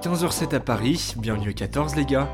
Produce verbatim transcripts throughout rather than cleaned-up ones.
quinze heures sept à Paris, bienvenue à quatorze les gars.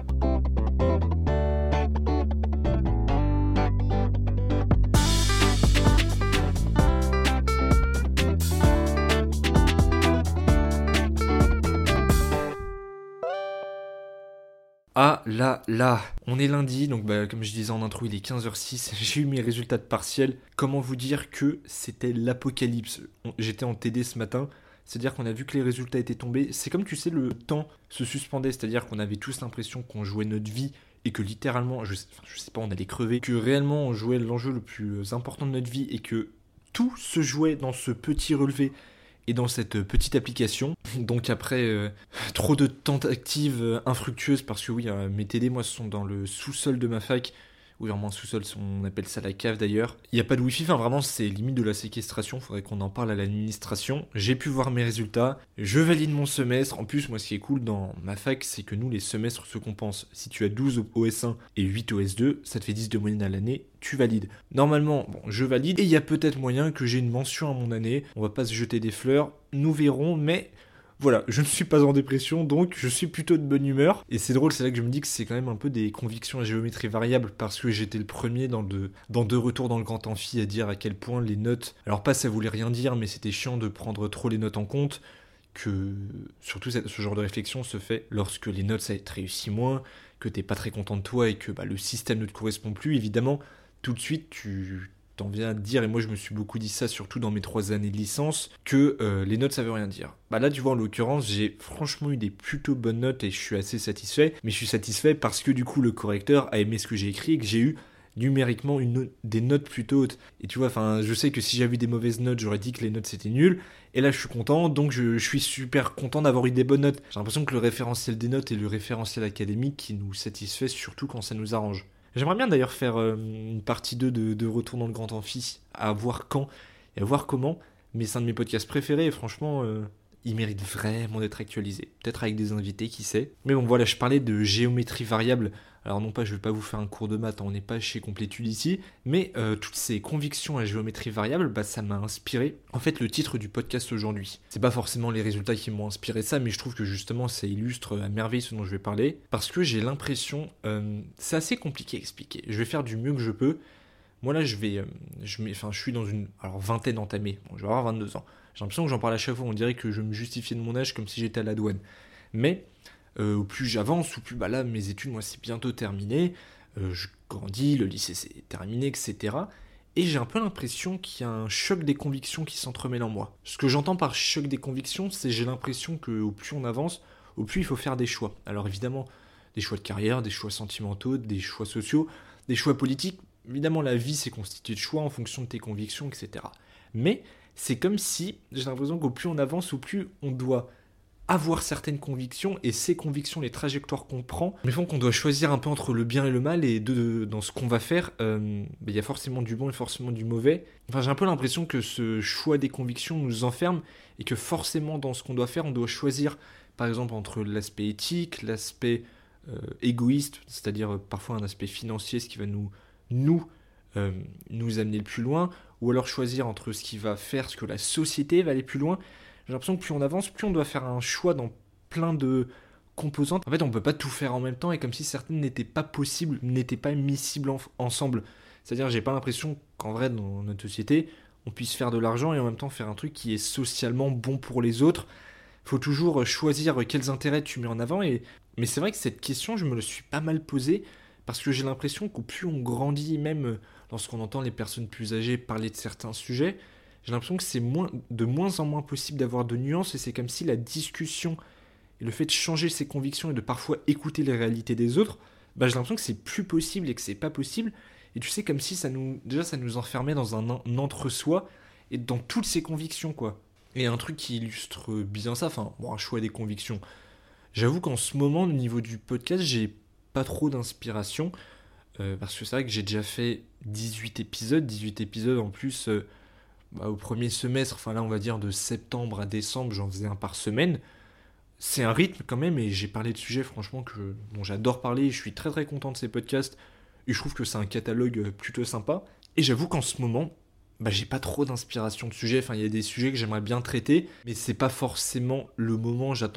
Ah là là, on est lundi, donc bah, comme je disais en intro, il est quinze heures six, j'ai eu mes résultats de partiel. Comment vous dire que c'était l'apocalypse? J'étais en T D ce matin, c'est-à-dire qu'on a vu que les résultats étaient tombés. C'est comme tu sais, le temps se suspendait, c'est-à-dire qu'on avait tous l'impression qu'on jouait notre vie et que littéralement, je sais, enfin, je sais pas, on allait crever, que réellement on jouait l'enjeu le plus important de notre vie et que tout se jouait dans ce petit relevé et dans cette petite application. Donc après, euh, trop de tentatives euh, infructueuses, parce que oui, euh, mes T D, moi, sont dans le sous-sol de ma fac. Oui, vraiment, sous-sol, on appelle ça la cave d'ailleurs. Il n'y a pas de wifi, enfin vraiment, c'est limite de la séquestration, faudrait qu'on en parle à l'administration. J'ai pu voir mes résultats, je valide mon semestre. En plus, moi, ce qui est cool dans ma fac, c'est que nous, les semestres se compensent. Si tu as douze au S un et huit au S deux, ça te fait dix de moyenne à l'année, tu valides. Normalement, bon, je valide, et il y a peut-être moyen que j'ai une mention à mon année. On va pas se jeter des fleurs, nous verrons, mais... Voilà, je ne suis pas en dépression, donc je suis plutôt de bonne humeur. Et c'est drôle, c'est là que je me dis que c'est quand même un peu des convictions à géométrie variable, parce que j'étais le premier dans, de, dans deux retours dans le grand amphi à dire à quel point les notes... Alors pas ça voulait rien dire, mais c'était chiant de prendre trop les notes en compte, que surtout ce genre de réflexion se fait lorsque les notes ça te réussit moins, que t'es pas très content de toi et que bah, le système ne te correspond plus. Évidemment, tout de suite, tu... t'en viens à te dire, et moi je me suis beaucoup dit ça, surtout dans mes trois années de licence, que euh, les notes ça veut rien dire. Bah là tu vois, en l'occurrence, j'ai franchement eu des plutôt bonnes notes et je suis assez satisfait, mais je suis satisfait parce que du coup le correcteur a aimé ce que j'ai écrit et que j'ai eu numériquement une no- des notes plutôt hautes. Et tu vois, enfin, je sais que si j'avais eu des mauvaises notes, j'aurais dit que les notes c'était nul, et là je suis content, donc je, je suis super content d'avoir eu des bonnes notes. J'ai l'impression que le référentiel des notes est le référentiel académique qui nous satisfait, surtout quand ça nous arrange. J'aimerais bien d'ailleurs faire euh, une partie deux de, de Retour dans le Grand Amphi, à voir quand et à voir comment, mais c'est un de mes podcasts préférés et franchement, euh, il mérite vraiment d'être actualisé. Peut-être avec des invités, qui sait. Mais bon, voilà, je parlais de géométrie variable. Alors non pas, je vais pas vous faire un cours de maths, hein, on n'est pas chez Complétude ici, mais euh, toutes ces convictions à géométrie variable, bah, ça m'a inspiré. En fait, le titre du podcast aujourd'hui, c'est pas forcément les résultats qui m'ont inspiré ça, mais je trouve que justement, ça illustre à merveille ce dont je vais parler, parce que j'ai l'impression, euh, c'est assez compliqué à expliquer. Je vais faire du mieux que je peux. Moi là, je vais, euh, je, mets, enfin, je suis dans une, alors vingtaine entamée. Bon, je vais avoir vingt-deux ans. J'ai l'impression que j'en parle à chaque fois. On dirait que je me justifiais de mon âge comme si j'étais à la douane. Mais Euh, au plus j'avance, au plus bah là mes études, moi c'est bientôt terminé, euh, je grandis, le lycée c'est terminé, et cetera. Et j'ai un peu l'impression qu'il y a un choc des convictions qui s'entremêle en moi. Ce que j'entends par choc des convictions, c'est j'ai l'impression qu'au plus on avance, au plus il faut faire des choix. Alors évidemment, des choix de carrière, des choix sentimentaux, des choix sociaux, des choix politiques. Évidemment, la vie c'est constitué de choix en fonction de tes convictions, et cetera. Mais c'est comme si j'ai l'impression qu'au plus on avance, au plus on doit avoir certaines convictions, et ces convictions, les trajectoires qu'on prend, mais font qu'on doit choisir un peu entre le bien et le mal, et de, de- dans ce qu'on va faire, euh, bah, il y a forcément du bon et forcément du mauvais. Enfin, j'ai un peu l'impression que ce choix des convictions nous enferme, et que forcément, dans ce qu'on doit faire, on doit choisir, par exemple, entre l'aspect éthique, l'aspect euh, égoïste, c'est-à-dire euh, parfois un aspect financier, ce qui va nous, nous, euh, nous amener le plus loin, ou alors choisir entre ce qui va faire ce que la société va aller plus loin. J'ai l'impression que plus on avance, plus on doit faire un choix dans plein de composantes. En fait, on peut pas tout faire en même temps, et comme si certaines n'étaient pas possibles, n'étaient pas miscibles en- ensemble. C'est-à-dire, j'ai pas l'impression qu'en vrai, dans notre société, on puisse faire de l'argent et en même temps faire un truc qui est socialement bon pour les autres. Faut toujours choisir quels intérêts tu mets en avant. Et... Mais c'est vrai que cette question, je me le suis pas mal posée, parce que j'ai l'impression qu'au plus on grandit, même lorsqu'on entend les personnes plus âgées parler de certains sujets, j'ai l'impression que c'est moins, de moins en moins possible d'avoir de nuances, et c'est comme si la discussion et le fait de changer ses convictions et de parfois écouter les réalités des autres, bah j'ai l'impression que c'est plus possible et que c'est pas possible. Et tu sais, comme si ça nous, déjà ça nous enfermait dans un, un entre-soi et dans toutes ses convictions, quoi. Et un truc qui illustre bien ça, enfin, bon, un choix des convictions. J'avoue qu'en ce moment, au niveau du podcast, j'ai pas trop d'inspiration, euh, parce que c'est vrai que j'ai déjà fait dix-huit épisodes, dix-huit épisodes en plus. Euh, Bah, au premier semestre, enfin là on va dire de septembre à décembre, j'en faisais un par semaine. C'est un rythme quand même, et j'ai parlé de sujets franchement que, dont j'adore parler, et je suis très très content de ces podcasts, et je trouve que c'est un catalogue plutôt sympa. Et j'avoue qu'en ce moment, bah, j'ai pas trop d'inspiration de sujets, enfin il y a des sujets que j'aimerais bien traiter, mais c'est pas forcément le moment, j'attends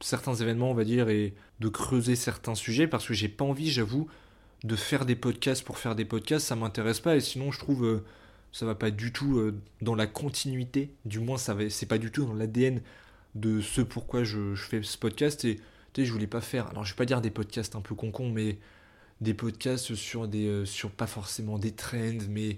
certains événements, on va dire, et de creuser certains sujets, parce que j'ai pas envie, j'avoue, de faire des podcasts pour faire des podcasts, ça m'intéresse pas, et sinon je trouve euh, ça va pas du tout euh, dans la continuité, du moins ça va, c'est pas du tout dans l'A D N de ce pourquoi je, je fais ce podcast, et tu sais, je voulais pas faire, alors je vais pas dire des podcasts un peu concons, mais des podcasts sur des, euh, sur pas forcément des trends, mais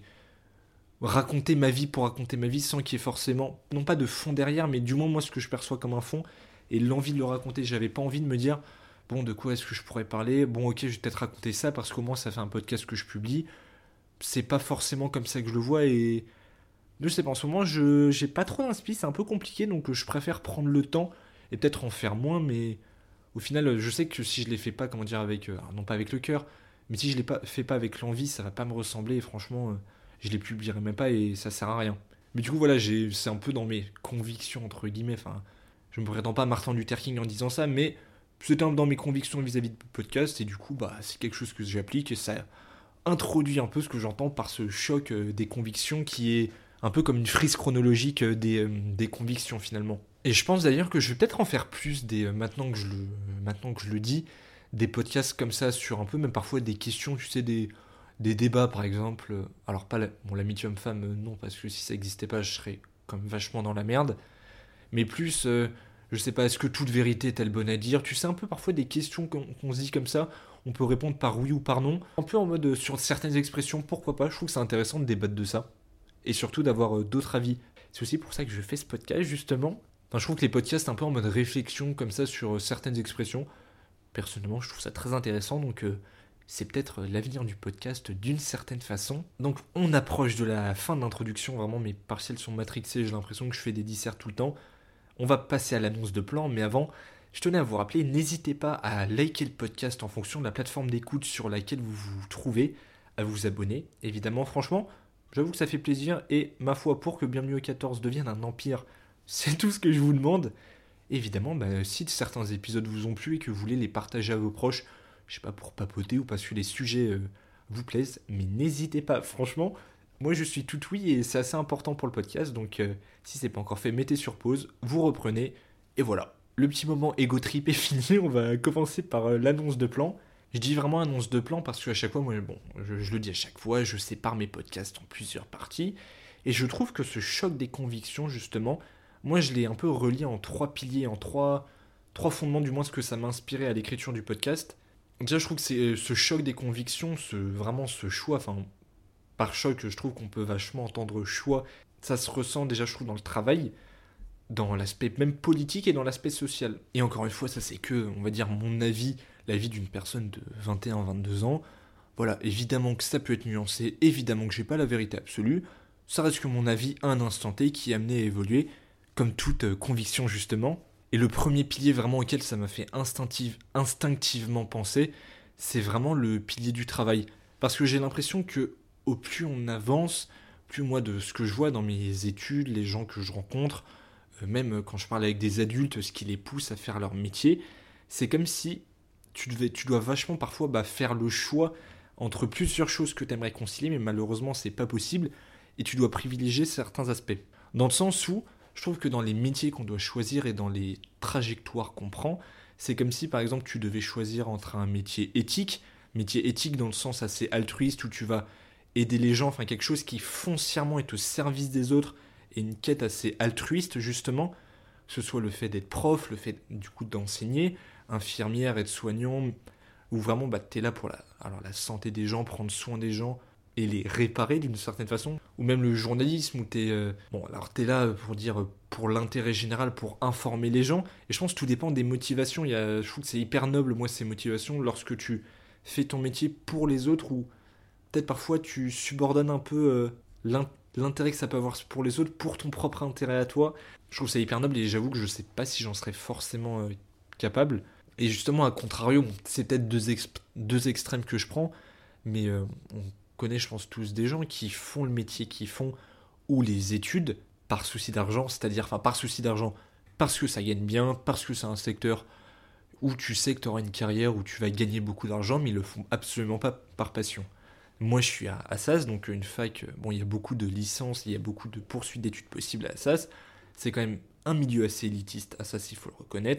raconter ma vie pour raconter ma vie sans qu'il y ait forcément, non pas de fond derrière, mais du moins moi ce que je perçois comme un fond, et l'envie de le raconter, j'avais pas envie de me dire bon, de quoi est-ce que je pourrais parler? Bon, ok, je vais peut-être raconter ça parce qu'au moins ça fait un podcast que je publie. C'est pas forcément comme ça que je le vois et je sais pas, en ce moment, je j'ai pas trop d'inspi, c'est un peu compliqué donc je préfère prendre le temps et peut-être en faire moins, mais au final, je sais que si je les fais pas, comment dire, avec, euh, non pas avec le cœur, mais si je les pas, fais pas avec l'envie, ça va pas me ressembler et franchement, euh, je les publierai même pas et ça sert à rien. Mais du coup, voilà, j'ai, c'est un peu dans mes convictions, entre guillemets, enfin, je me prétends pas Martin Luther King en disant ça, mais c'était un dans mes convictions vis-à-vis de podcast et du coup bah c'est quelque chose que j'applique et ça introduit un peu ce que j'entends par ce choc euh, des convictions qui est un peu comme une frise chronologique euh, des, euh, des convictions finalement. Et je pense d'ailleurs que je vais peut-être en faire plus des, euh, maintenant, que je le, maintenant que je le dis, des podcasts comme ça sur un peu même parfois des questions, tu sais, des, des débats par exemple. Alors pas la, bon, l'amitié homme-femme, euh, non, parce que si ça n'existait pas je serais comme vachement dans la merde, mais plus... euh, je sais pas, est-ce que toute vérité est-elle bonne à dire? Tu sais, un peu parfois des questions qu'on, qu'on se dit comme ça, on peut répondre par oui ou par non. Un peu en mode euh, sur certaines expressions, pourquoi pas? Je trouve que c'est intéressant de débattre de ça. Et surtout d'avoir euh, d'autres avis. C'est aussi pour ça que je fais ce podcast, justement. Enfin, je trouve que les podcasts, un peu en mode réflexion comme ça sur euh, certaines expressions, personnellement, je trouve ça très intéressant. Donc, euh, c'est peut-être euh, l'avenir du podcast d'une certaine façon. Donc, on approche de la fin de l'introduction. Vraiment, mes partiels sont matrixés. J'ai l'impression que je fais des disserts tout le temps. On va passer à l'annonce de plan, mais avant, je tenais à vous rappeler, n'hésitez pas à liker le podcast en fonction de la plateforme d'écoute sur laquelle vous vous trouvez, à vous abonner. Évidemment, franchement, j'avoue que ça fait plaisir, et ma foi, pour que Bienvenue au quatorze devienne un empire, c'est tout ce que je vous demande. Évidemment, bah, si certains épisodes vous ont plu et que vous voulez les partager à vos proches, je sais pas, pour papoter ou parce que les sujets euh, vous plaisent, mais n'hésitez pas, franchement... Moi, je suis tout oui et c'est assez important pour le podcast, donc euh, si c'est pas encore fait, mettez sur pause, vous reprenez, et voilà. Le petit moment ego trip est fini, on va commencer par euh, l'annonce de plan. Je dis vraiment annonce de plan parce qu'à chaque fois, moi, bon, je, je le dis à chaque fois, je sépare mes podcasts en plusieurs parties, et je trouve que ce choc des convictions, justement, moi, je l'ai un peu relié en trois piliers, en trois, trois fondements, du moins ce que ça m'a inspiré à l'écriture du podcast. Déjà, je trouve que c'est euh, ce choc des convictions, ce, vraiment ce choix, enfin... Par choc, je trouve qu'on peut vachement entendre choix. Ça se ressent déjà, je trouve, dans le travail, dans l'aspect même politique et dans l'aspect social. Et encore une fois, ça c'est que, on va dire, mon avis, l'avis d'une personne de vingt et un vingt-deux ans. Voilà, évidemment que ça peut être nuancé, évidemment que j'ai pas la vérité absolue. Ça reste que mon avis à un instant T qui est amené à évoluer, comme toute euh, conviction justement. Et le premier pilier vraiment auquel ça m'a fait instinctive, instinctivement penser, c'est vraiment le pilier du travail. Parce que j'ai l'impression que au plus on avance, plus moi de ce que je vois dans mes études, les gens que je rencontre, euh, même quand je parle avec des adultes, ce qui les pousse à faire leur métier, c'est comme si tu, devais, tu dois vachement parfois bah, faire le choix entre plusieurs choses que tu aimerais concilier, mais malheureusement c'est pas possible, et tu dois privilégier certains aspects. Dans le sens où, je trouve que dans les métiers qu'on doit choisir et dans les trajectoires qu'on prend, c'est comme si par exemple tu devais choisir entre un métier éthique, métier éthique dans le sens assez altruiste où tu vas aider les gens, enfin quelque chose qui foncièrement est au service des autres et une quête assez altruiste justement, que ce soit le fait d'être prof, le fait du coup d'enseigner, infirmière, aide-soignant, où vraiment bah, tu es là pour la, alors, la santé des gens, prendre soin des gens et les réparer d'une certaine façon, ou même le journalisme où tu es euh, bon alors tu es là pour dire pour l'intérêt général, pour informer les gens, et je pense que tout dépend des motivations. Il y a, je trouve que c'est hyper noble moi ces motivations lorsque tu fais ton métier pour les autres, ou peut-être parfois tu subordonnes un peu euh, l'intérêt que ça peut avoir pour les autres pour ton propre intérêt à toi. Je trouve ça hyper noble et j'avoue que je sais pas si j'en serais forcément euh, capable. Et justement, à contrario, bon, c'est peut-être deux, ex- deux extrêmes que je prends, mais euh, on connaît, je pense, tous des gens qui font le métier qu'ils font ou les études par souci d'argent, c'est-à-dire, enfin, par souci d'argent, parce que ça gagne bien, parce que c'est un secteur où tu sais que tu auras une carrière où tu vas gagner beaucoup d'argent, mais ils le font absolument pas par passion. Moi, je suis à Assas, donc une fac, bon, il y a beaucoup de licences, il y a beaucoup de poursuites d'études possibles à Assas. C'est quand même un milieu assez élitiste, Assas, il faut le reconnaître.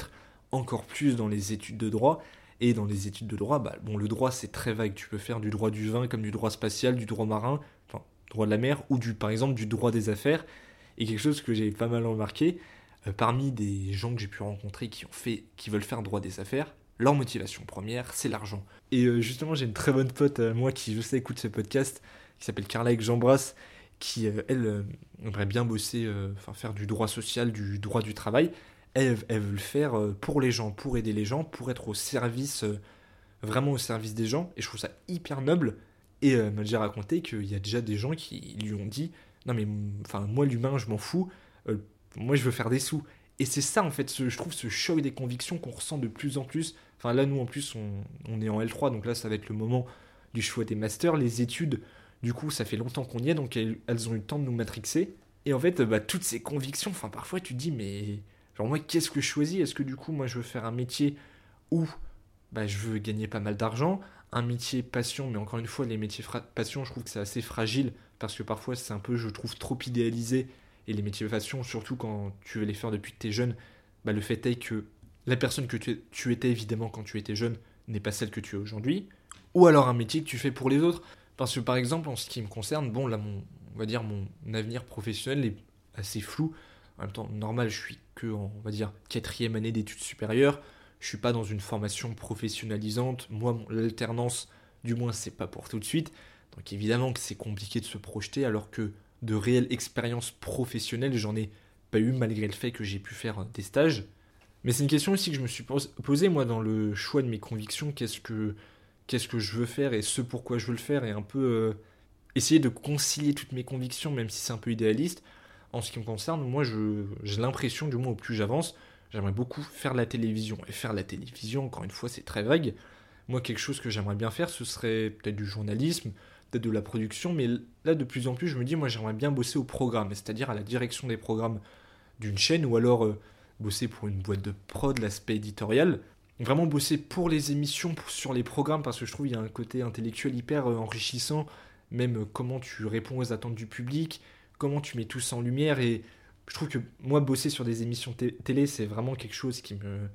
encore plus dans les études de droit. Et dans les études de droit, bah, bon, le droit c'est très vague, tu peux faire du droit du vin comme du droit spatial, du droit marin, enfin droit de la mer, ou du, par exemple du droit des affaires. Et quelque chose que j'ai pas mal remarqué, euh, parmi des gens que j'ai pu rencontrer qui ont fait, qui veulent faire droit des affaires, leur motivation première, c'est l'argent. Et euh, justement, j'ai une très bonne pote, euh, moi, qui, je sais, écoute ce podcast, qui s'appelle Carla et que j'embrasse, qui, euh, elle, euh, aimerait bien bosser, euh, enfin, faire du droit social, du droit du travail. Elle, elle veut le faire euh, pour les gens, pour aider les gens, pour être au service, euh, vraiment au service des gens. Et je trouve ça hyper noble. Et euh, elle m'a déjà raconté qu'il y a déjà des gens qui lui ont dit « Non mais, enfin, moi, l'humain, je m'en fous. Euh, moi, je veux faire des sous. » Et c'est ça, en fait, ce, je trouve, ce choc des convictions qu'on ressent de plus en plus. Enfin, là, nous, en plus, on, on est en L trois, donc là, ça va être le moment du choix des masters. Les études, du coup, ça fait longtemps qu'on y est, donc elles, elles ont eu le temps de nous matrixer. Et en fait, bah, toutes ces convictions, enfin, parfois, tu te dis, mais... Genre, moi, qu'est-ce que je choisis? Est-ce que, du coup, moi, je veux faire un métier où bah, je veux gagner pas mal d'argent, un métier passion, mais encore une fois, les métiers fra- passion, je trouve que c'est assez fragile, parce que parfois, c'est un peu, je trouve, trop idéalisé. Et les métiers passion, surtout quand tu veux les faire depuis que tu es jeune, bah, le fait est que la personne que tu, tu étais évidemment quand tu étais jeune n'est pas celle que tu es aujourd'hui, ou alors un métier que tu fais pour les autres. Parce que par exemple, en ce qui me concerne, bon là, mon, on va dire mon avenir professionnel est assez flou. En même temps, normal, je suis que en, on va dire, quatrième année d'études supérieures. Je suis pas dans une formation professionnalisante. Moi, mon- l'alternance, du moins, c'est pas pour tout de suite. Donc évidemment que c'est compliqué de se projeter, alors que de réelles expériences professionnelles, j'en ai pas eu malgré le fait que j'ai pu faire euh, des stages. Mais c'est une question aussi que je me suis pos- posée, moi, dans le choix de mes convictions. Qu'est-ce que, qu'est-ce que je veux faire et ce pourquoi je veux le faire, et un peu euh, essayer de concilier toutes mes convictions, même si c'est un peu idéaliste. En ce qui me concerne, moi, je, j'ai l'impression, du moins au plus j'avance, j'aimerais beaucoup faire la télévision. Et faire la télévision, encore une fois, c'est très vague. Moi, quelque chose que j'aimerais bien faire, ce serait peut-être du journalisme, peut-être de la production, mais là, de plus en plus, je me dis, moi, j'aimerais bien bosser au programme, c'est-à-dire à la direction des programmes d'une chaîne, ou alors euh, bosser pour une boîte de prod, l'aspect éditorial. Vraiment bosser pour les émissions, pour- sur les programmes, parce que je trouve qu'il y a un côté intellectuel hyper euh, enrichissant, même euh, comment tu réponds aux attentes du public, comment tu mets tout ça en lumière, et je trouve que moi, bosser sur des émissions té- télé, c'est vraiment quelque chose qui me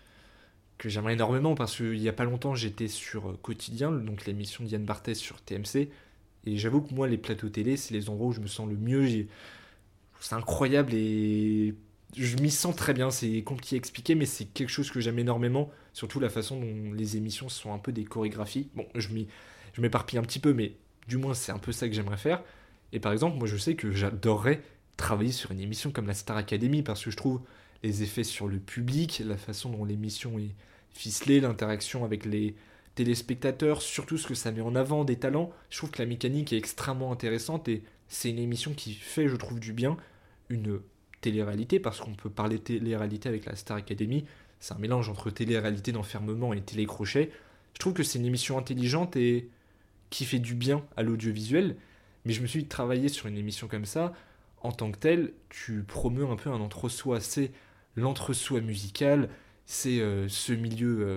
que j'aimerais énormément, parce qu'il y a pas longtemps, j'étais sur euh, Quotidien, donc l'émission d'Yann Barthès sur T M C, et j'avoue que moi, les plateaux télé, c'est les endroits où je me sens le mieux. J'ai- C'est incroyable et je m'y sens très bien. C'est compliqué à expliquer, mais c'est quelque chose que j'aime énormément. Surtout la façon dont les émissions sont un peu des chorégraphies. Bon, je, m'y, je m'éparpille un petit peu, mais du moins, c'est un peu ça que j'aimerais faire. Et par exemple, moi, je sais que j'adorerais travailler sur une émission comme la Star Academy, parce que je trouve les effets sur le public, la façon dont l'émission est ficelée, l'interaction avec les téléspectateurs, surtout ce que ça met en avant des talents. Je trouve que la mécanique est extrêmement intéressante, et c'est une émission qui fait, je trouve, du bien. Une télé-réalité, parce qu'on peut parler télé-réalité avec la Star Academy, c'est un mélange entre télé-réalité d'enfermement et télé-crochet. Je trouve que c'est une émission intelligente et qui fait du bien à l'audiovisuel, mais je me suis dit, travailler sur une émission comme ça, en tant que telle, tu promeus un peu un entre-soi. C'est l'entre-soi musical, c'est euh, ce milieu euh,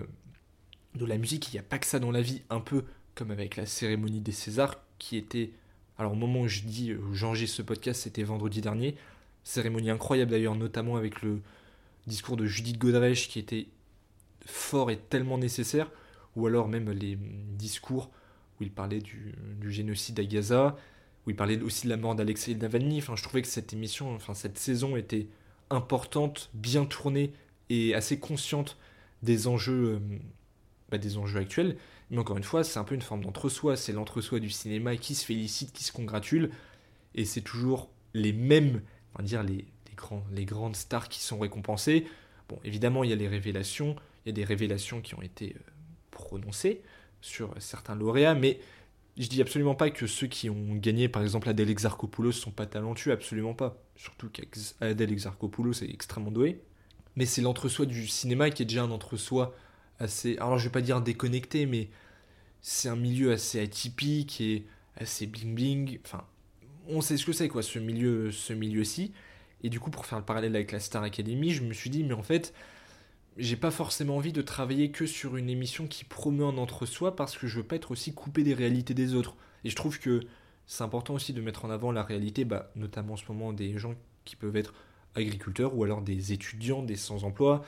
de la musique. Il n'y a pas que ça dans la vie, un peu comme avec la cérémonie des Césars, qui était, alors au moment où je dis, où j'enregistre ce podcast, c'était vendredi dernier. Cérémonie incroyable d'ailleurs, notamment avec le discours de Judith Godrèche qui était fort et tellement nécessaire, ou alors même les discours où il parlait du, du génocide à Gaza, où il parlait aussi de la mort d'Alexei Navalny. Enfin, je trouvais que cette émission, enfin cette saison était importante, bien tournée et assez consciente des enjeux, euh, bah, des enjeux actuels. Mais encore une fois, c'est un peu une forme d'entre-soi. C'est l'entre-soi du cinéma qui se félicite, qui se congratule, et c'est toujours les mêmes, on va dire les, les, grands, les grandes stars qui sont récompensées. Bon, évidemment, il y a les révélations, il y a des révélations qui ont été euh, prononcées sur certains lauréats, mais je dis absolument pas que ceux qui ont gagné, par exemple Adèle Exarchopoulos, sont pas talentueux, absolument pas. Surtout qu'Adèle Exarchopoulos est extrêmement douée. Mais c'est l'entre-soi du cinéma qui est déjà un entre-soi assez, alors je vais pas dire déconnecté, mais c'est un milieu assez atypique et assez bling bling. Enfin, on sait ce que c'est, quoi, ce milieu, ce milieu-ci. Et du coup, pour faire le parallèle avec la Star Academy, je me suis dit, mais en fait, j'ai pas forcément envie de travailler que sur une émission qui promeut un entre-soi, parce que je veux pas être aussi coupé des réalités des autres. Et je trouve que c'est important aussi de mettre en avant la réalité, bah, notamment en ce moment, des gens qui peuvent être agriculteurs, ou alors des étudiants, des sans-emploi,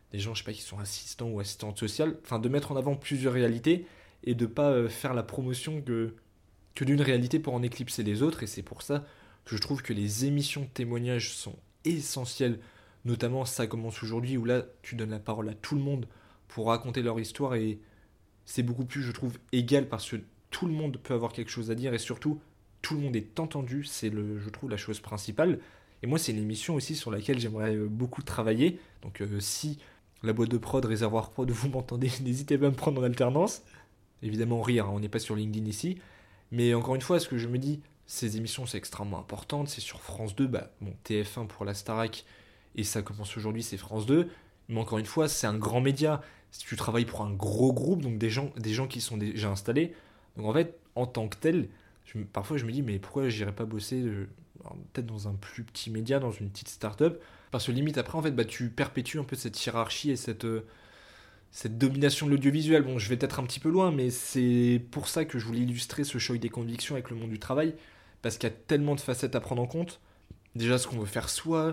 des gens, je sais pas, qui sont assistants ou assistantes sociales, enfin de mettre en avant plusieurs réalités et de pas euh, faire la promotion que, que d'une réalité pour en éclipser les autres. Et c'est pour ça que je trouve que les émissions de témoignages sont essentielles, notamment ça commence aujourd'hui où là tu donnes la parole à tout le monde pour raconter leur histoire et c'est beaucoup plus, je trouve, égal parce que tout le monde peut avoir quelque chose à dire et surtout tout le monde est entendu, c'est le, je trouve la chose principale. Et moi c'est une émission aussi sur laquelle j'aimerais euh, beaucoup travailler, donc euh, si la boîte de prod, Réservoir Prod, vous m'entendez, n'hésitez pas à me prendre en alternance. Évidemment rire, hein, on n'est pas sur LinkedIn ici, mais encore une fois, ce que je me dis, ces émissions c'est extrêmement important, c'est sur France deux, bah, bon, T F un pour la Starac, et ça commence aujourd'hui, c'est France deux, mais encore une fois, c'est un grand média, si tu travailles pour un gros groupe, donc des gens, des gens qui sont déjà installés, donc en fait, en tant que tel, je me- parfois je me dis, mais pourquoi j'irais pas bosser euh, alors, peut-être dans un plus petit média, dans une petite start-up, parce que limite après, en fait, bah, tu perpétues un peu cette hiérarchie et cette... euh, cette domination de l'audiovisuel. Bon, je vais peut-être un petit peu loin, mais c'est pour ça que je voulais illustrer ce choc des convictions avec le monde du travail, parce qu'il y a tellement de facettes à prendre en compte. Déjà, ce qu'on veut faire soi,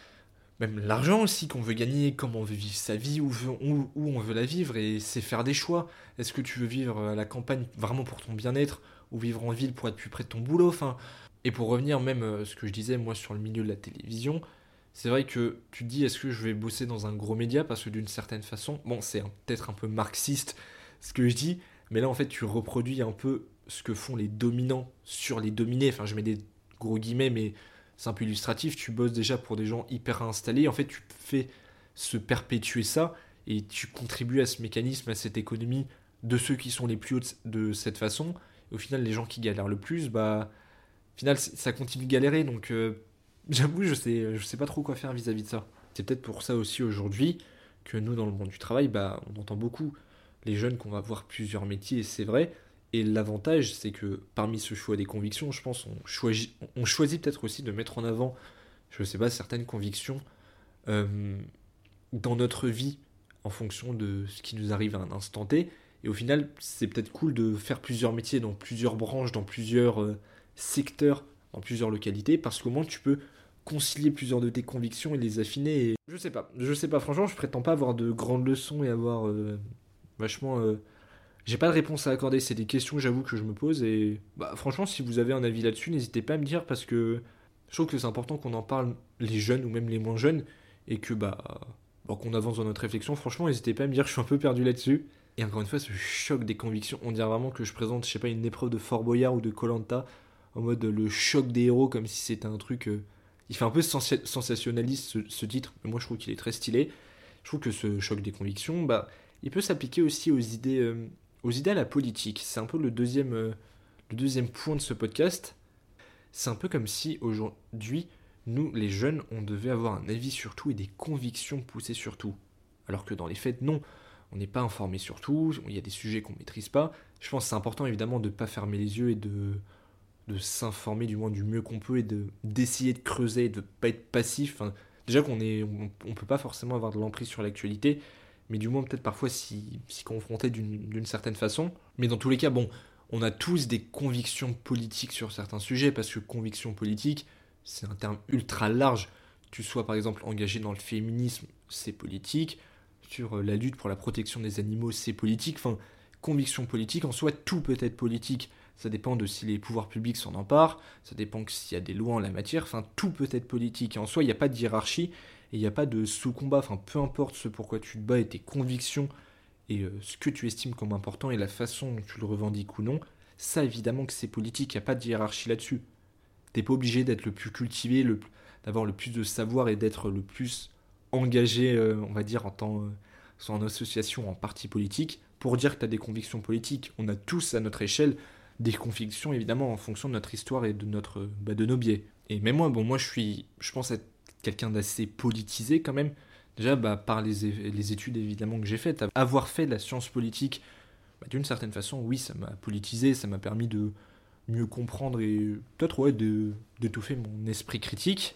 même l'argent aussi qu'on veut gagner, comment on veut vivre sa vie, où, veut- où- où on veut la vivre, et c'est faire des choix. Est-ce que tu veux vivre à la campagne vraiment pour ton bien-être, ou vivre en ville pour être plus près de ton boulot, enfin. Et pour revenir même à ce que je disais, moi, sur le milieu de la télévision, c'est vrai que tu te dis, est-ce que je vais bosser dans un gros média? Parce que d'une certaine façon, bon, c'est un- peut-être un peu marxiste ce que je dis, mais là, en fait, tu reproduis un peu ce que font les dominants sur les dominés. Enfin, je mets des gros guillemets, mais c'est un peu illustratif. Tu bosses déjà pour des gens hyper installés. En fait, tu fais se perpétuer ça et tu contribues à ce mécanisme, à cette économie de ceux qui sont les plus hauts de de cette façon. Et au final, les gens qui galèrent le plus, bah, au final, c- ça continue de galérer. Donc, euh, j'avoue, je sais, je sais pas trop quoi faire vis-à-vis de ça. C'est peut-être pour ça aussi aujourd'hui que nous, dans le monde du travail, bah, on entend beaucoup les jeunes qu'on va voir plusieurs métiers, et c'est vrai. Et l'avantage, c'est que parmi ce choix des convictions, je pense, on choisit, on choisit peut-être aussi de mettre en avant, je sais pas, certaines convictions euh, dans notre vie en fonction de ce qui nous arrive à un instant T. Et au final, c'est peut-être cool de faire plusieurs métiers dans plusieurs branches, dans plusieurs euh, secteurs, dans plusieurs localités, parce qu'au moins tu peux concilier plusieurs de tes convictions et les affiner. Et... Je sais pas, je sais pas, franchement, je prétends pas avoir de grandes leçons et avoir euh, vachement. euh, J'ai pas de réponse à accorder, c'est des questions, j'avoue, que je me pose. Et bah, franchement, si vous avez un avis là-dessus, n'hésitez pas à me dire, parce que je trouve que c'est important qu'on en parle, les jeunes ou même les moins jeunes, et que bah, bon, qu'on avance dans notre réflexion. Franchement, n'hésitez pas à me dire, je suis un peu perdu là-dessus. Et encore une fois, ce choc des convictions, on dirait vraiment que je présente, je sais pas, une épreuve de Fort Boyard ou de koh en mode le choc des héros, comme si c'était un truc. euh, Il fait un peu sensa- sensationnaliste ce, ce titre, mais moi je trouve qu'il est très stylé. Je trouve que ce choc des convictions, bah, il peut s'appliquer aussi aux idées, euh, aux idées à la politique. C'est un peu le deuxième, euh, le deuxième point de ce podcast. C'est un peu comme si aujourd'hui, nous, les jeunes, on devait avoir un avis sur tout et des convictions poussées sur tout. Alors que dans les faits, non. On n'est pas informé sur tout, il y a des sujets qu'on ne maîtrise pas. Je pense que c'est important évidemment de ne pas fermer les yeux et de, de s'informer du moins du mieux qu'on peut et de, d'essayer de creuser et de ne pas être passif. Enfin, déjà qu'on est, on, on peut pas forcément avoir de l'emprise sur l'actualité, mais du moins peut-être parfois s'y, s'y confronter d'une, d'une certaine façon. Mais dans tous les cas, bon, on a tous des convictions politiques sur certains sujets, parce que conviction politique, c'est un terme ultra large. Tu sois par exemple engagé dans le féminisme, c'est politique. Sur euh, la lutte pour la protection des animaux, c'est politique. Enfin, conviction politique, en soi, tout peut être politique. Ça dépend de si les pouvoirs publics s'en emparent, ça dépend que s'il y a des lois en la matière, enfin, tout peut être politique. Et en soi, il n'y a pas de hiérarchie, et il n'y a pas de sous-combat. Enfin, peu importe ce pourquoi tu te bats et tes convictions, et euh, ce que tu estimes comme important et la façon dont tu le revendiques ou non, ça évidemment que c'est politique, il n'y a pas de hiérarchie là-dessus. T'es pas obligé d'être le plus cultivé, le, d'avoir le plus de savoir et d'être le plus engagé, euh, on va dire, en tant, euh, soit en association, en parti politique, pour dire que tu as des convictions politiques. On a tous à notre échelle des convictions, évidemment, en fonction de notre histoire et de, notre, bah, de nos biais. Et même moi, bon, moi je suis, je pense être quelqu'un d'assez politisé quand même. Déjà, bah, par les, é- les études évidemment que j'ai faites, avoir fait de la science politique, bah, d'une certaine façon, oui, ça m'a politisé, ça m'a permis de mieux comprendre et peut-être ouais, de, d'étoffer mon esprit critique.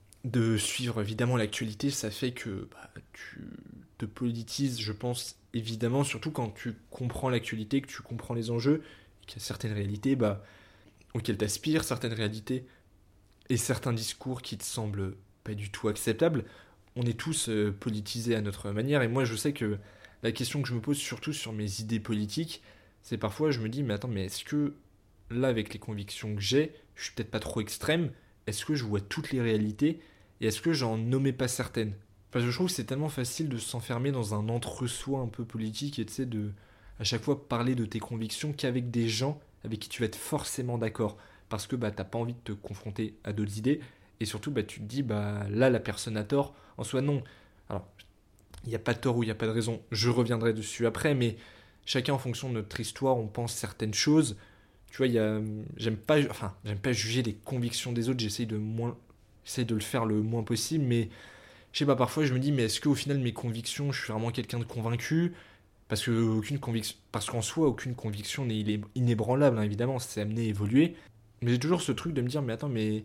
De suivre évidemment l'actualité, ça fait que bah, tu te politises, je pense, évidemment, surtout quand tu comprends l'actualité, que tu comprends les enjeux, et qu'il y a certaines réalités bah, auxquelles tu aspires, certaines réalités et certains discours qui te semblent pas du tout acceptables. on est tous euh, politisés à notre manière, et moi je sais que la question que je me pose surtout sur mes idées politiques, c'est parfois je me dis, mais attends, mais est-ce que là, avec les convictions que j'ai, je suis peut-être pas trop extrême, est-ce que je vois toutes les réalités, et est-ce que j'en nommais pas certaines? Parce que je trouve que c'est tellement facile de s'enfermer dans un entre-soi un peu politique, et tu sais, de à chaque fois parler de tes convictions qu'avec des gens avec qui tu vas être forcément d'accord, parce que bah, t'as pas envie de te confronter à d'autres idées, et surtout bah, tu te dis, bah là, la personne a tort, en soi non. Alors, il n'y a pas de tort ou il n'y a pas de raison, je reviendrai dessus après, mais chacun en fonction de notre histoire, on pense certaines choses. Tu vois, il y a, j'aime pas, enfin, j'aime pas juger les convictions des autres, j'essaye de moins, j'essaye de le faire le moins possible, mais je sais pas, parfois je me dis, mais est-ce qu'au final mes convictions, je suis vraiment quelqu'un de convaincu? Parce que aucune conviction, parce qu'en soi, aucune conviction n'est inébranlable, hein, évidemment, c'est amené à évoluer. Mais j'ai toujours ce truc de me dire, mais attends, mais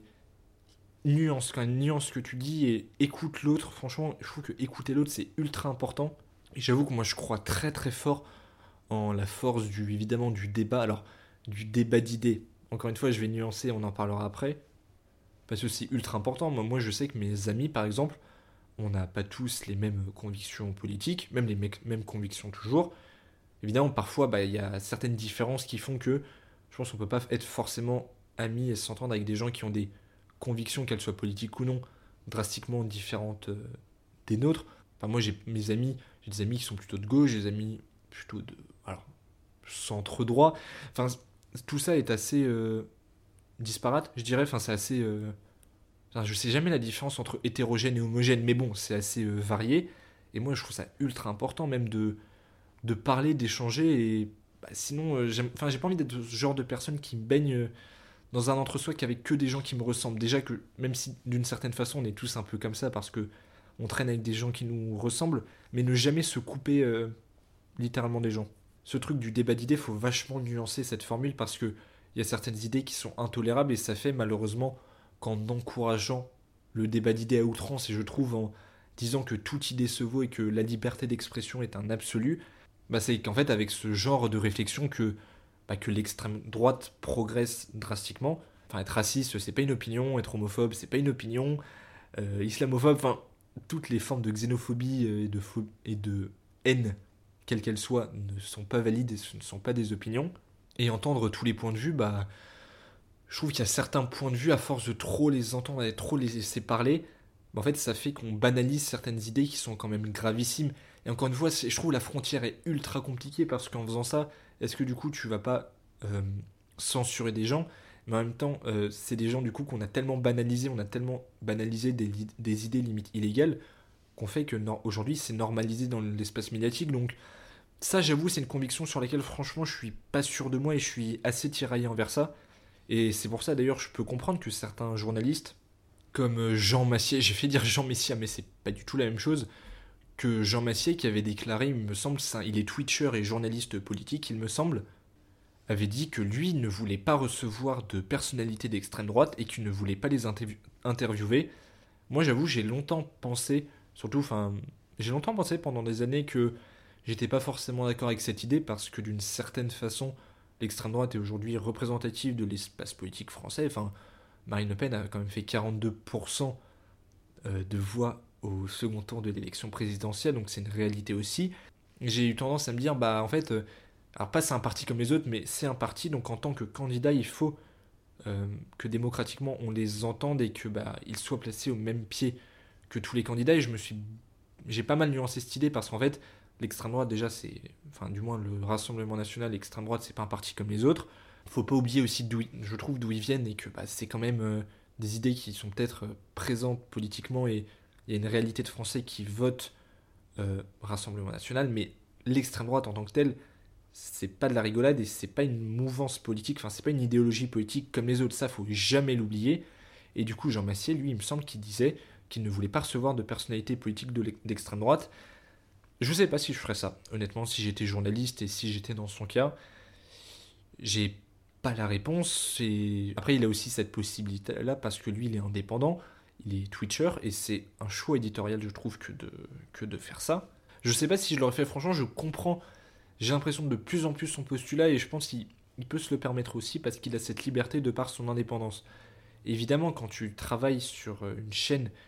nuance, quand même, nuance ce que tu dis et écoute l'autre. Franchement, je trouve que écouter l'autre, c'est ultra important. Et j'avoue que moi, je crois très très fort en la force du, évidemment, du débat. Alors, du débat d'idées. Encore une fois, je vais nuancer, on en parlera après. Parce que c'est ultra important. Moi, moi, je sais que mes amis, par exemple, on n'a pas tous les mêmes convictions politiques, même les mec- mêmes convictions toujours. Évidemment, parfois, bah, il y a certaines différences qui font que je pense qu'on ne peut pas être forcément amis et s'entendre avec des gens qui ont des convictions, qu'elles soient politiques ou non, drastiquement différentes euh, des nôtres. Enfin, moi, j'ai mes amis, j'ai des amis qui sont plutôt de gauche, j'ai des amis plutôt de alors, centre droit. Enfin, tout ça est assez euh, disparate, je dirais. Enfin, c'est assez. Euh, enfin, je sais jamais la différence entre hétérogène et homogène, mais bon, c'est assez euh, varié. Et moi, je trouve ça ultra important, même de, de parler, d'échanger. Et bah, sinon, euh, j'aime, enfin, j'ai pas envie d'être ce genre de personne qui me baigne euh, dans un entre-soi qu'avec que des gens qui me ressemblent. Déjà que, même si d'une certaine façon, on est tous un peu comme ça parce que on traîne avec des gens qui nous ressemblent, mais ne jamais se couper euh, littéralement des gens. Ce truc du débat d'idées, faut vachement nuancer cette formule parce que il y a certaines idées qui sont intolérables et ça fait malheureusement qu'en encourageant le débat d'idées à outrance et je trouve en disant que toute idée se vaut et que la liberté d'expression est un absolu, bah c'est qu'en fait avec ce genre de réflexion que, bah, que l'extrême droite progresse drastiquement. Enfin être raciste c'est pas une opinion, être homophobe c'est pas une opinion, euh, islamophobe, enfin toutes les formes de xénophobie euh, et de, pho- et de haine quelles qu'elles soient, ne sont pas valides et ce ne sont pas des opinions. Et entendre tous les points de vue, bah, je trouve qu'il y a certains points de vue, à force de trop les entendre et trop les laisser parler, bah, en fait, ça fait qu'on banalise certaines idées qui sont quand même gravissimes. Et encore une fois, je trouve la frontière est ultra compliquée parce qu'en faisant ça, est-ce que du coup, tu vas pas euh, censurer des gens, mais en même temps, euh, c'est des gens du coup qu'on a tellement banalisé, on a tellement banalisé des, des idées limite illégales qu'on fait que non, aujourd'hui, c'est normalisé dans l'espace médiatique. Donc, ça, j'avoue, c'est une conviction sur laquelle, franchement, je suis pas sûr de moi et je suis assez tiraillé envers ça. Et c'est pour ça, d'ailleurs, je peux comprendre que certains journalistes, comme Jean Massier, j'ai fait dire Jean Messia, mais c'est pas du tout la même chose, que Jean Massier, qui avait déclaré, il me semble, il est twitcher et journaliste politique, il me semble, avait dit que lui ne voulait pas recevoir de personnalités d'extrême droite et qu'il ne voulait pas les interview- interviewer. Moi, j'avoue, j'ai longtemps pensé, surtout, enfin, j'ai longtemps pensé pendant des années que j'étais pas forcément d'accord avec cette idée parce que d'une certaine façon, l'extrême droite est aujourd'hui représentative de l'espace politique français. Enfin, Marine Le Pen a quand même fait quarante-deux pour cent euh, de voix au second tour de l'élection présidentielle, donc c'est une réalité aussi. J'ai eu tendance à me dire, bah en fait, euh, alors pas c'est un parti comme les autres, mais c'est un parti, donc en tant que candidat, il faut euh, que démocratiquement on les entende et que bah ils soient placés au même pied que tous les candidats. Et je me suis, j'ai pas mal nuancé cette idée parce qu'en fait, l'extrême droite déjà c'est, enfin du moins le Rassemblement national, l'extrême droite c'est pas un parti comme les autres. Faut pas oublier aussi d'où, je trouve d'où ils viennent et que bah, c'est quand même euh, des idées qui sont peut-être euh, présentes politiquement et il y a une réalité de Français qui votent euh, Rassemblement national, mais l'extrême droite en tant que telle, c'est pas de la rigolade et c'est pas une mouvance politique, enfin c'est pas une idéologie politique comme les autres, ça faut jamais l'oublier. Et du coup Jean Massier, lui, il me semble qu'il disait qu'il ne voulait pas recevoir de personnalité politique de d'extrême droite. Je sais pas si je ferais ça, honnêtement, si j'étais journaliste et si j'étais dans son cas, j'ai pas la réponse. Et après, il a aussi cette possibilité-là parce que lui, il est indépendant, il est Twitcher et c'est un choix éditorial, je trouve, que de, que de faire ça. Je sais pas si je l'aurais fait, franchement, je comprends. J'ai l'impression de plus en plus son postulat et je pense qu'il il peut se le permettre aussi parce qu'il a cette liberté de par son indépendance. Évidemment, quand tu travailles sur une chaîne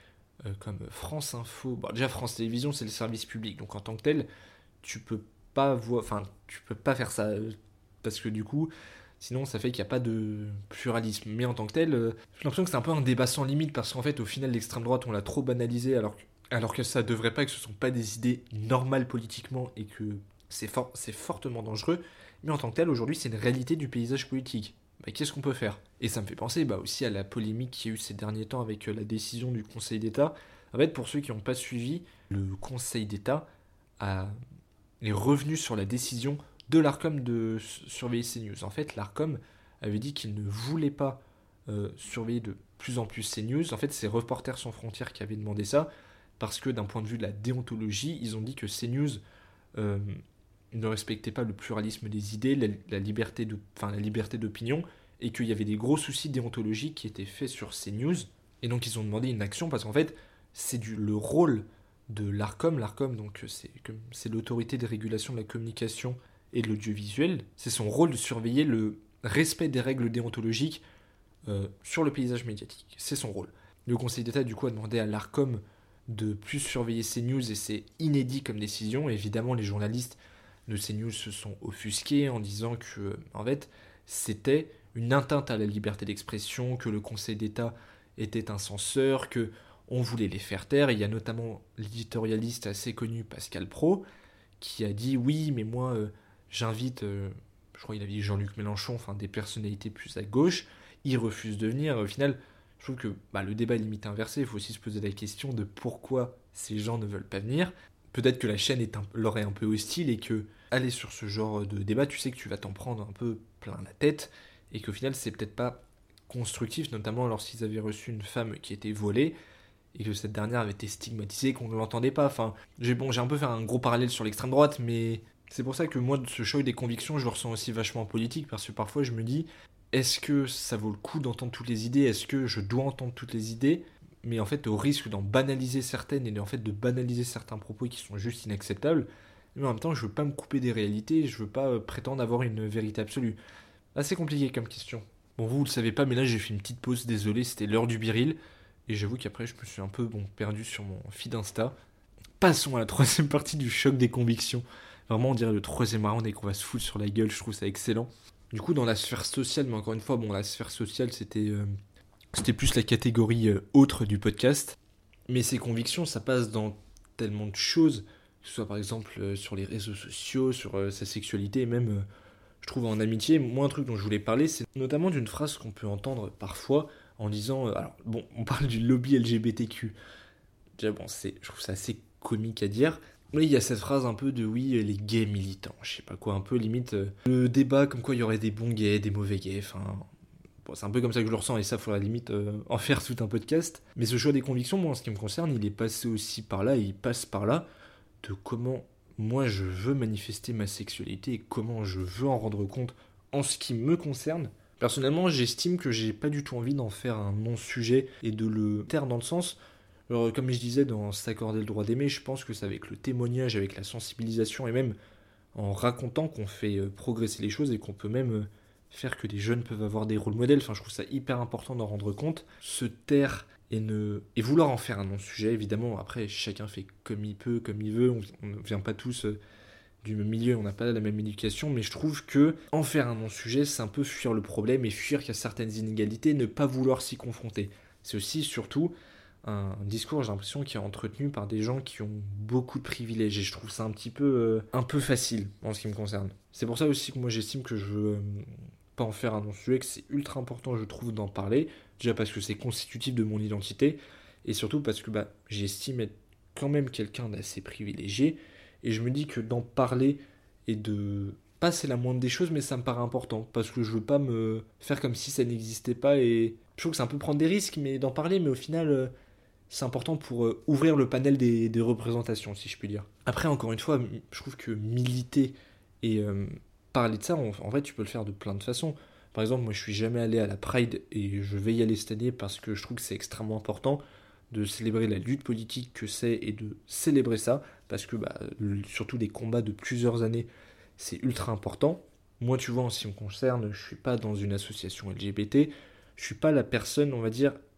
euh, comme France Info. Bon, déjà France Télévisions, c'est le service public, donc en tant que tel, tu peux pas voir, enfin, tu peux pas faire ça euh, parce que du coup, sinon ça fait qu'il n'y a pas de pluralisme. Mais en tant que tel, euh, j'ai l'impression que c'est un peu un débat sans limite parce qu'en fait, au final, l'extrême droite, on l'a trop banalisé alors que, alors que ça devrait pas, que ce sont pas des idées normales politiquement et que c'est fort, c'est fortement dangereux. Mais en tant que tel, aujourd'hui, c'est une réalité du paysage politique. Bah, qu'est-ce qu'on peut faire? Et ça me fait penser bah, aussi à la polémique qu'il y a eu ces derniers temps avec euh, la décision du Conseil d'État. En fait, pour ceux qui n'ont pas suivi, le Conseil d'État a... est revenu sur la décision de l'Arcom de surveiller CNews. En fait, l'Arcom avait dit qu'il ne voulait pas euh, surveiller de plus en plus CNews. En fait, c'est Reporters sans frontières qui avait demandé ça, parce que d'un point de vue de la déontologie, ils ont dit que CNews euh, ne respectait pas le pluralisme des idées, la, la liberté de, enfin, la liberté d'opinion, et qu'il y avait des gros soucis déontologiques qui étaient faits sur CNews. Et donc ils ont demandé une action, parce qu'en fait, c'est du, le rôle de l'Arcom. L'Arcom, donc, c'est, c'est l'autorité de régulation de la communication et de l'audiovisuel. C'est son rôle de surveiller le respect des règles déontologiques euh, sur le paysage médiatique. C'est son rôle. Le Conseil d'État, du coup, a demandé à l'Arcom de plus surveiller CNews, et c'est inédit comme décision. Et évidemment, les journalistes de CNews se sont offusqués en disant que, en fait, c'était une atteinte à la liberté d'expression, que le Conseil d'État était un censeur, que on voulait les faire taire. Et il y a notamment l'éditorialiste assez connu, Pascal Praud, qui a dit oui, mais moi, euh, j'invite, euh, je crois qu'il avait dit Jean-Luc Mélenchon, enfin des personnalités plus à gauche, il refuse de venir. Au final, je trouve que bah, le débat est limite inversé. Il faut aussi se poser la question de pourquoi ces gens ne veulent pas venir. Peut-être que la chaîne est un, leur est un peu hostile et que aller sur ce genre de débat, tu sais que tu vas t'en prendre un peu plein la tête et qu'au final, c'est peut-être pas constructif, notamment lorsqu'ils avaient reçu une femme qui était volée et que cette dernière avait été stigmatisée, qu'on ne l'entendait pas. Enfin, j'ai, bon, j'ai un peu fait un gros parallèle sur l'extrême droite, mais c'est pour ça que moi, ce choc des convictions, je le ressens aussi vachement en politique, parce que parfois je me dis, est-ce que ça vaut le coup d'entendre toutes les idées? Est-ce que je dois entendre toutes les idées? Mais en fait, au risque d'en banaliser certaines et en fait de banaliser certains propos qui sont juste inacceptables, mais en même temps, je veux pas me couper des réalités, je veux pas prétendre avoir une vérité absolue. Assez compliqué comme question. Bon, vous, vous le savez pas, mais là, j'ai fait une petite pause, désolé, c'était l'heure du biril. Et j'avoue qu'après, je me suis un peu bon, perdu sur mon feed Insta. Passons à la troisième partie du choc des convictions. Vraiment, on dirait le troisième round et qu'on va se foutre sur la gueule, je trouve ça excellent. Du coup, dans la sphère sociale, mais encore une fois, bon, la sphère sociale, c'était, euh, c'était plus la catégorie euh, autre du podcast. Mais ces convictions, ça passe dans tellement de choses, que ce soit par exemple euh, sur les réseaux sociaux, sur euh, sa sexualité, et même, euh, je trouve, en amitié. Moi, un truc dont je voulais parler, c'est notamment d'une phrase qu'on peut entendre parfois en disant... Euh, alors, bon, on parle du lobby L G B T Q. Déjà, bon, c'est, je trouve ça assez comique à dire. Mais il y a cette phrase un peu de oui, les gays militants, je sais pas quoi, un peu limite euh, le débat comme quoi il y aurait des bons gays, des mauvais gays, enfin... Bon, c'est un peu comme ça que je le ressens, et ça, faut à la limite euh, en faire tout un podcast. Mais ce choix des convictions, moi, en ce qui me concerne, il est passé aussi par là, et il passe par là, de comment moi je veux manifester ma sexualité, et comment je veux en rendre compte en ce qui me concerne. Personnellement, j'estime que j'ai pas du tout envie d'en faire un non-sujet, et de le taire dans le sens... Alors, comme je disais dans S'accorder le droit d'aimer, je pense que c'est avec le témoignage, avec la sensibilisation, et même en racontant qu'on fait euh, progresser les choses, et qu'on peut même... Euh, faire que les jeunes peuvent avoir des rôles modèles. Enfin, je trouve ça hyper important d'en rendre compte. Se taire et, ne... et vouloir en faire un non-sujet, évidemment, après, chacun fait comme il peut, comme il veut. On ne vient pas tous euh, du même milieu, on n'a pas la même éducation, mais je trouve que en faire un non-sujet, c'est un peu fuir le problème et fuir qu'il y a certaines inégalités, ne pas vouloir s'y confronter. C'est aussi, surtout, un discours, j'ai l'impression, qui est entretenu par des gens qui ont beaucoup de privilèges. Et je trouve ça un petit peu, euh, un peu facile, en ce qui me concerne. C'est pour ça aussi que moi, j'estime que je veux... Euh, pas en faire un non-sujet, que c'est ultra important, je trouve, d'en parler. Déjà parce que c'est constitutif de mon identité, et surtout parce que bah, j'estime être quand même quelqu'un d'assez privilégié, et je me dis que d'en parler et de... Pas c'est la moindre des choses, mais ça me paraît important, parce que je veux pas me faire comme si ça n'existait pas, et je trouve que c'est un peu prendre des risques, mais d'en parler, mais au final, euh, c'est important pour euh, ouvrir le panel des, des représentations, si je puis dire. Après, encore une fois, je trouve que militer et... Euh, parler de ça, en fait, tu peux le faire de plein de façons. Par exemple, moi, je suis jamais allé à la Pride et je vais y aller cette année parce que je trouve que c'est extrêmement important de célébrer la lutte politique que c'est et de célébrer ça parce que, bah, surtout des combats de plusieurs années, c'est ultra important. Moi, tu vois, en ce qui me concerne, je suis pas dans une association L G B T, je suis pas la personne, on va dire,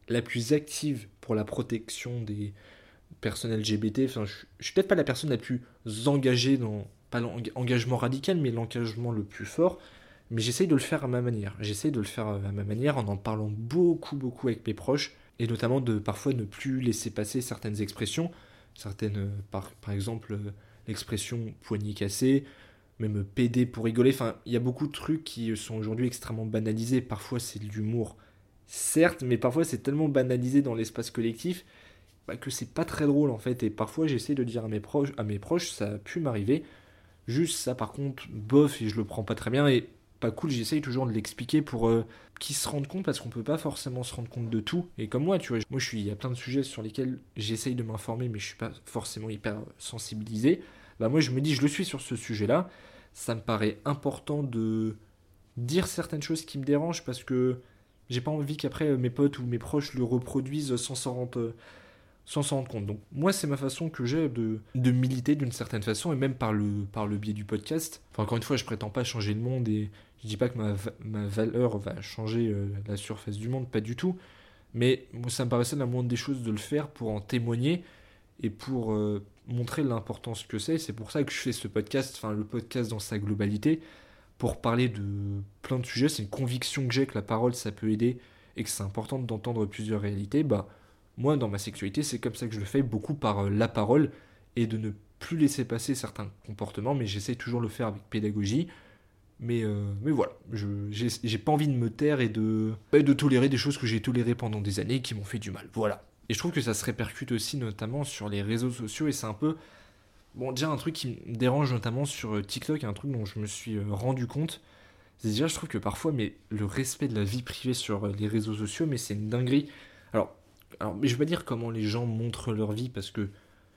la plus active pour la protection des personnes L G B T. Enfin, je, je suis peut-être pas la personne la plus engagée dans, pas l'engagement radical, mais l'engagement le plus fort. Mais j'essaye de le faire à ma manière. J'essaye de le faire à ma manière en en parlant beaucoup, beaucoup avec mes proches. Et notamment de parfois ne plus laisser passer certaines expressions. Certaines, par, par exemple, l'expression poignet cassé, même P D pour rigoler. Enfin, il y a beaucoup de trucs qui sont aujourd'hui extrêmement banalisés. Parfois, c'est de l'humour, certes, mais parfois, c'est tellement banalisé dans l'espace collectif bah, que c'est pas très drôle, en fait. Et parfois, j'essaie de dire à mes proches, à mes proches, ça a pu m'arriver. Juste ça, par contre, bof, et je le prends pas très bien. Et pas cool, j'essaye toujours de l'expliquer pour euh, qu'ils se rendent compte, parce qu'on peut pas forcément se rendre compte de tout. Et comme moi, tu vois, moi, je suis, il y a plein de sujets sur lesquels j'essaye de m'informer, mais je suis pas forcément hyper sensibilisé. Bah, moi, je me dis, je le suis sur ce sujet-là. Ça me paraît important de dire certaines choses qui me dérangent parce que j'ai pas envie qu'après mes potes ou mes proches le reproduisent sans s'en rendre, sans s'en rendre compte. Donc moi c'est ma façon que j'ai de, de militer d'une certaine façon et même par le, par le biais du podcast. Enfin encore une fois je prétends pas changer le monde et je dis pas que ma, ma valeur va changer euh, la surface du monde, pas du tout. Mais moi ça me paraissait la moindre des choses de le faire pour en témoigner et pour euh, montrer l'importance que c'est. C'est pour ça que je fais ce podcast, enfin le podcast dans sa globalité, pour parler de plein de sujets. C'est une conviction que j'ai que la parole ça peut aider et que c'est important d'entendre plusieurs réalités. Bah moi dans ma sexualité c'est comme ça que je le fais, beaucoup par euh, la parole et de ne plus laisser passer certains comportements, mais j'essaie toujours de le faire avec pédagogie. Mais, euh, mais voilà, je, j'ai, j'ai pas envie de me taire et de, et de tolérer des choses que j'ai tolérées pendant des années et qui m'ont fait du mal. Voilà. Et je trouve que ça se répercute aussi notamment sur les réseaux sociaux et c'est un peu... Bon, déjà un truc qui me dérange notamment sur TikTok, un truc dont je me suis rendu compte, c'est déjà je trouve que parfois mais le respect de la vie privée sur les réseaux sociaux, mais c'est une dinguerie. Alors, alors mais je vais pas dire comment les gens montrent leur vie parce que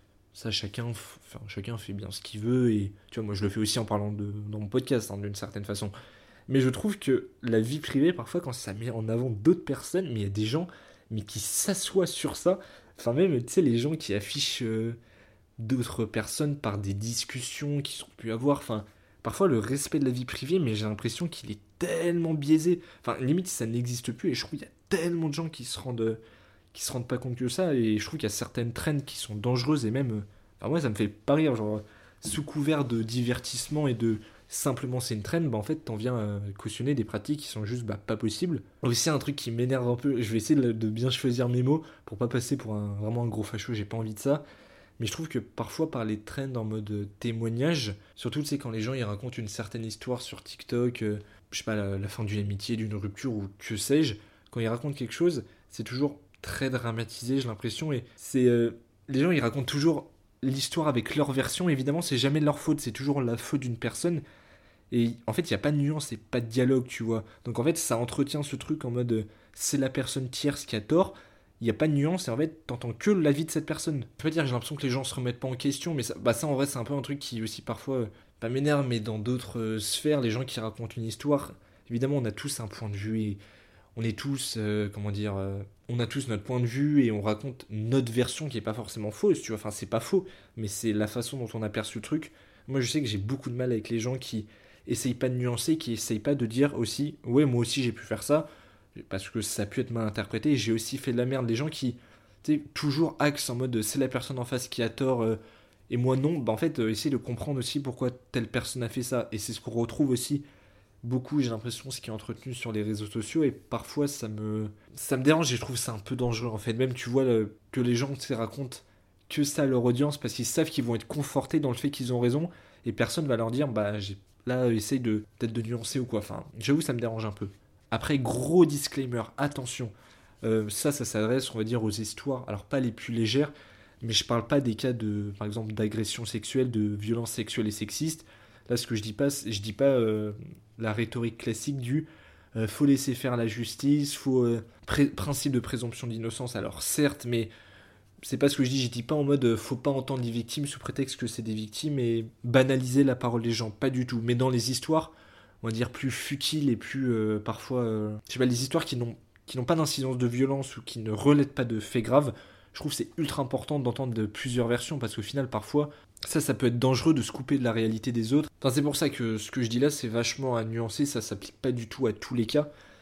ça chacun, enfin, chacun fait bien ce qu'il veut et tu vois moi je le fais aussi en parlant de dans mon podcast hein, d'une certaine façon. Mais je trouve que la vie privée parfois quand ça met en avant d'autres personnes, mais il y a des gens mais qui s'assoient sur ça. Enfin même tu sais les gens qui affichent euh, d'autres personnes par des discussions qui sont pu avoir. Enfin, parfois le respect de la vie privée, mais j'ai l'impression qu'il est tellement biaisé. Enfin, limite ça n'existe plus et je trouve qu'il y a tellement de gens qui se rendent qui se rendent pas compte que ça et je trouve qu'il y a certaines trends qui sont dangereuses et même. Enfin, moi ça me fait pas rire, genre sous couvert de divertissement et de simplement c'est une trend, bah en fait t'en viens à cautionner des pratiques qui sont juste bah, pas possibles. Aussi un truc qui m'énerve un peu, je vais essayer de, de bien choisir mes mots pour pas passer pour un, vraiment un gros facho, j'ai pas envie de ça. Mais je trouve que parfois par les trends en mode témoignage, surtout tu sais quand les gens ils racontent une certaine histoire sur TikTok, euh, je sais pas, la, la fin d'une amitié, d'une rupture ou que sais-je, quand ils racontent quelque chose, c'est toujours très dramatisé, j'ai l'impression, et c'est euh, les gens ils racontent toujours l'histoire avec leur version, évidemment c'est jamais de leur faute, c'est toujours la faute d'une personne, et en fait il n'y a pas de nuance et pas de dialogue, tu vois. Donc en fait ça entretient ce truc en mode euh, c'est la personne tierce qui a tort, il n'y a pas de nuance et en fait t'entends que l'avis de cette personne. Je peux dire j'ai l'impression que les gens se remettent pas en question, mais ça, bah ça en vrai c'est un peu un truc qui aussi parfois euh, pas m'énerve, mais dans d'autres euh, sphères, les gens qui racontent une histoire, évidemment on a tous un point de vue et on est tous, euh, comment dire, euh, on a tous notre point de vue et on raconte notre version qui est pas forcément fausse, tu vois, enfin c'est pas faux, mais c'est la façon dont on a perçu le truc. Moi je sais que j'ai beaucoup de mal avec les gens qui essayent pas de nuancer, qui essayent pas de dire aussi, ouais moi aussi j'ai pu faire ça, parce que ça a pu être mal interprété, j'ai aussi fait de la merde, des gens qui, tu sais, toujours axent en mode c'est la personne en face qui a tort, euh, et moi non, bah en fait euh, essayer de comprendre aussi pourquoi telle personne a fait ça, et c'est ce qu'on retrouve aussi beaucoup, j'ai l'impression, ce qui est entretenu sur les réseaux sociaux, et parfois ça me ça me dérange et je trouve ça un peu dangereux en fait. Même tu vois le, que les gens se racontent que ça à leur audience parce qu'ils savent qu'ils vont être confortés dans le fait qu'ils ont raison et personne va leur dire bah j'ai là essaye de peut-être de nuancer ou quoi. Enfin j'avoue ça me dérange un peu. Après gros disclaimer, attention, euh, ça ça s'adresse on va dire aux histoires, alors pas les plus légères, mais je parle pas des cas de par exemple d'agression sexuelle, de violence sexuelle et sexiste. Là, ce que je dis pas, je dis pas euh, la rhétorique classique du euh, faut laisser faire la justice, faut euh, pré- principe de présomption d'innocence. Alors certes, mais c'est pas ce que je dis. Je dis pas en mode euh, faut pas entendre les victimes sous prétexte que c'est des victimes et banaliser la parole des gens, pas du tout. Mais dans les histoires, on va dire plus futiles et plus euh, parfois, euh, je sais pas, les histoires qui n'ont qui n'ont pas d'incidence de violence ou qui ne relèvent pas de faits graves. Je trouve que c'est ultra important d'entendre de plusieurs versions parce qu'au final, parfois, ça, ça peut être dangereux de se couper de la réalité des autres. Enfin, c'est pour ça que ce que je dis là, c'est vachement à nuancer, ça s'applique pas du tout à tous les cas.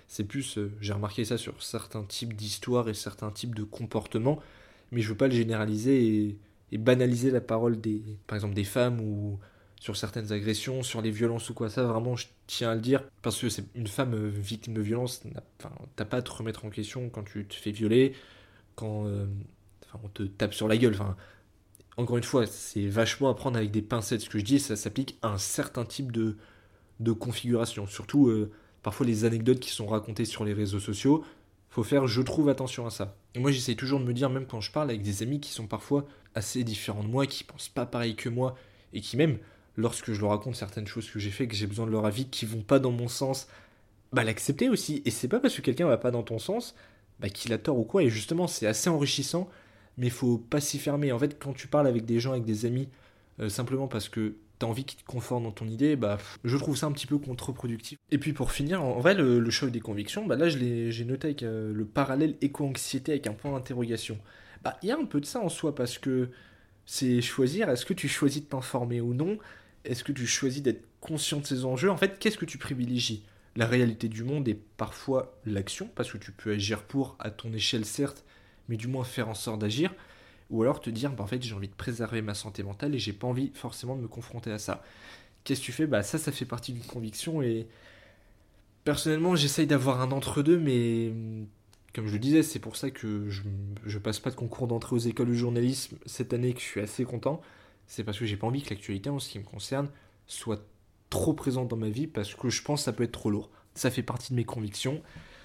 C'est plus, euh, j'ai remarqué ça sur certains types d'histoires et certains types de comportements, mais je veux pas le généraliser et, et banaliser la parole des, par exemple, des femmes ou sur certaines agressions, sur les violences ou quoi. Ça, vraiment, je tiens à le dire, parce que c'est une femme euh, victime de violence, n'a- enfin, t'as pas à te remettre en question quand tu te fais violer, quand euh, enfin, on te tape sur la gueule. Enfin, encore une fois, c'est vachement à prendre avec des pincettes. Ce que je dis, ça s'applique à un certain type de, de configuration. Surtout, euh, parfois, les anecdotes qui sont racontées sur les réseaux sociaux, faut faire, je trouve, attention à ça. Et moi, j'essaie toujours de me dire, même quand je parle avec des amis qui sont parfois assez différents de moi, qui pensent pas pareil que moi, et qui même, lorsque je leur raconte certaines choses que j'ai fait, que j'ai besoin de leur avis, qui vont pas dans mon sens, bah l'accepter aussi. Et c'est pas parce que quelqu'un va pas dans ton sens, bah qu'il a tort ou quoi. Et justement, c'est assez enrichissant, mais faut pas s'y fermer. En fait, quand tu parles avec des gens, avec des amis, euh, simplement parce que t'as envie qu'ils te confortent dans ton idée, bah pff, je trouve ça un petit peu contre-productif. Et puis pour finir, en vrai, le, le choc des convictions, bah là, je l'ai- j'ai noté avec euh, le parallèle éco-anxiété avec un point d'interrogation. Bah, il y a un peu de ça en soi, parce que c'est choisir, est-ce que tu choisis de t'informer ou non? Est-ce que tu choisis d'être conscient de ces enjeux? En fait, qu'est-ce que tu privilégies? La réalité du monde est parfois l'action, parce que tu peux agir pour, à ton échelle certes, mais du moins faire en sorte d'agir. Ou alors te dire, bah, en fait, j'ai envie de préserver ma santé mentale et j'ai pas envie forcément de me confronter à ça. Qu'est-ce que tu fais? Bah ça, ça fait partie d'une conviction et personnellement, j'essaye d'avoir un entre-deux, mais hum, comme je le disais, c'est pour ça que je, je passe pas de concours d'entrée aux écoles de journalisme cette année, que je suis assez content. C'est parce que j'ai pas envie que l'actualité, en ce qui me concerne, soit trop présente dans ma vie, parce que je pense que ça peut être trop lourd. Ça fait partie de mes convictions.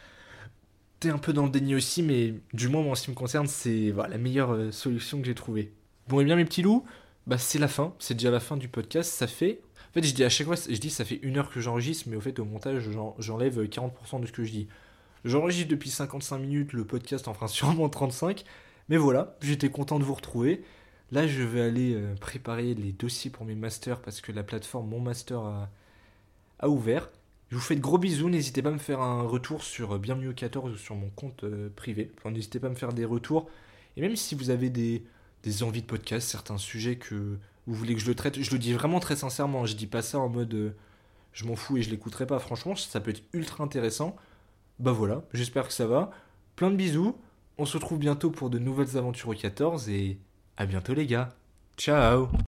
T'es un peu dans le déni aussi, mais du moins, moi, en ce qui me concerne, c'est voilà, la meilleure euh, solution que j'ai trouvée. Bon, et bien, mes petits loups, bah, c'est la fin. C'est déjà la fin du podcast. Ça fait. En fait, je dis à chaque fois, je dis ça fait une heure que j'enregistre, mais au fait, au montage, j'en- j'enlève quarante pour cent de ce que je dis. J'enregistre depuis cinquante-cinq minutes, le podcast en fera sûrement trente-cinq. Mais voilà, j'étais content de vous retrouver. Là, je vais aller euh, préparer les dossiers pour mes masters parce que la plateforme Mon Master a, a ouvert. Je vous fais de gros bisous, n'hésitez pas à me faire un retour sur Bienvenue au quatorze ou sur mon compte euh, privé. Enfin, n'hésitez pas à me faire des retours. Et même si vous avez des, des envies de podcast, certains sujets que vous voulez que je le traite, je le dis vraiment très sincèrement. Je dis pas ça en mode euh, je m'en fous et je l'écouterai pas. Franchement, ça peut être ultra intéressant. Bah voilà, j'espère que ça va. Plein de bisous. On se retrouve bientôt pour de nouvelles aventures au quatorze et à bientôt les gars. Ciao.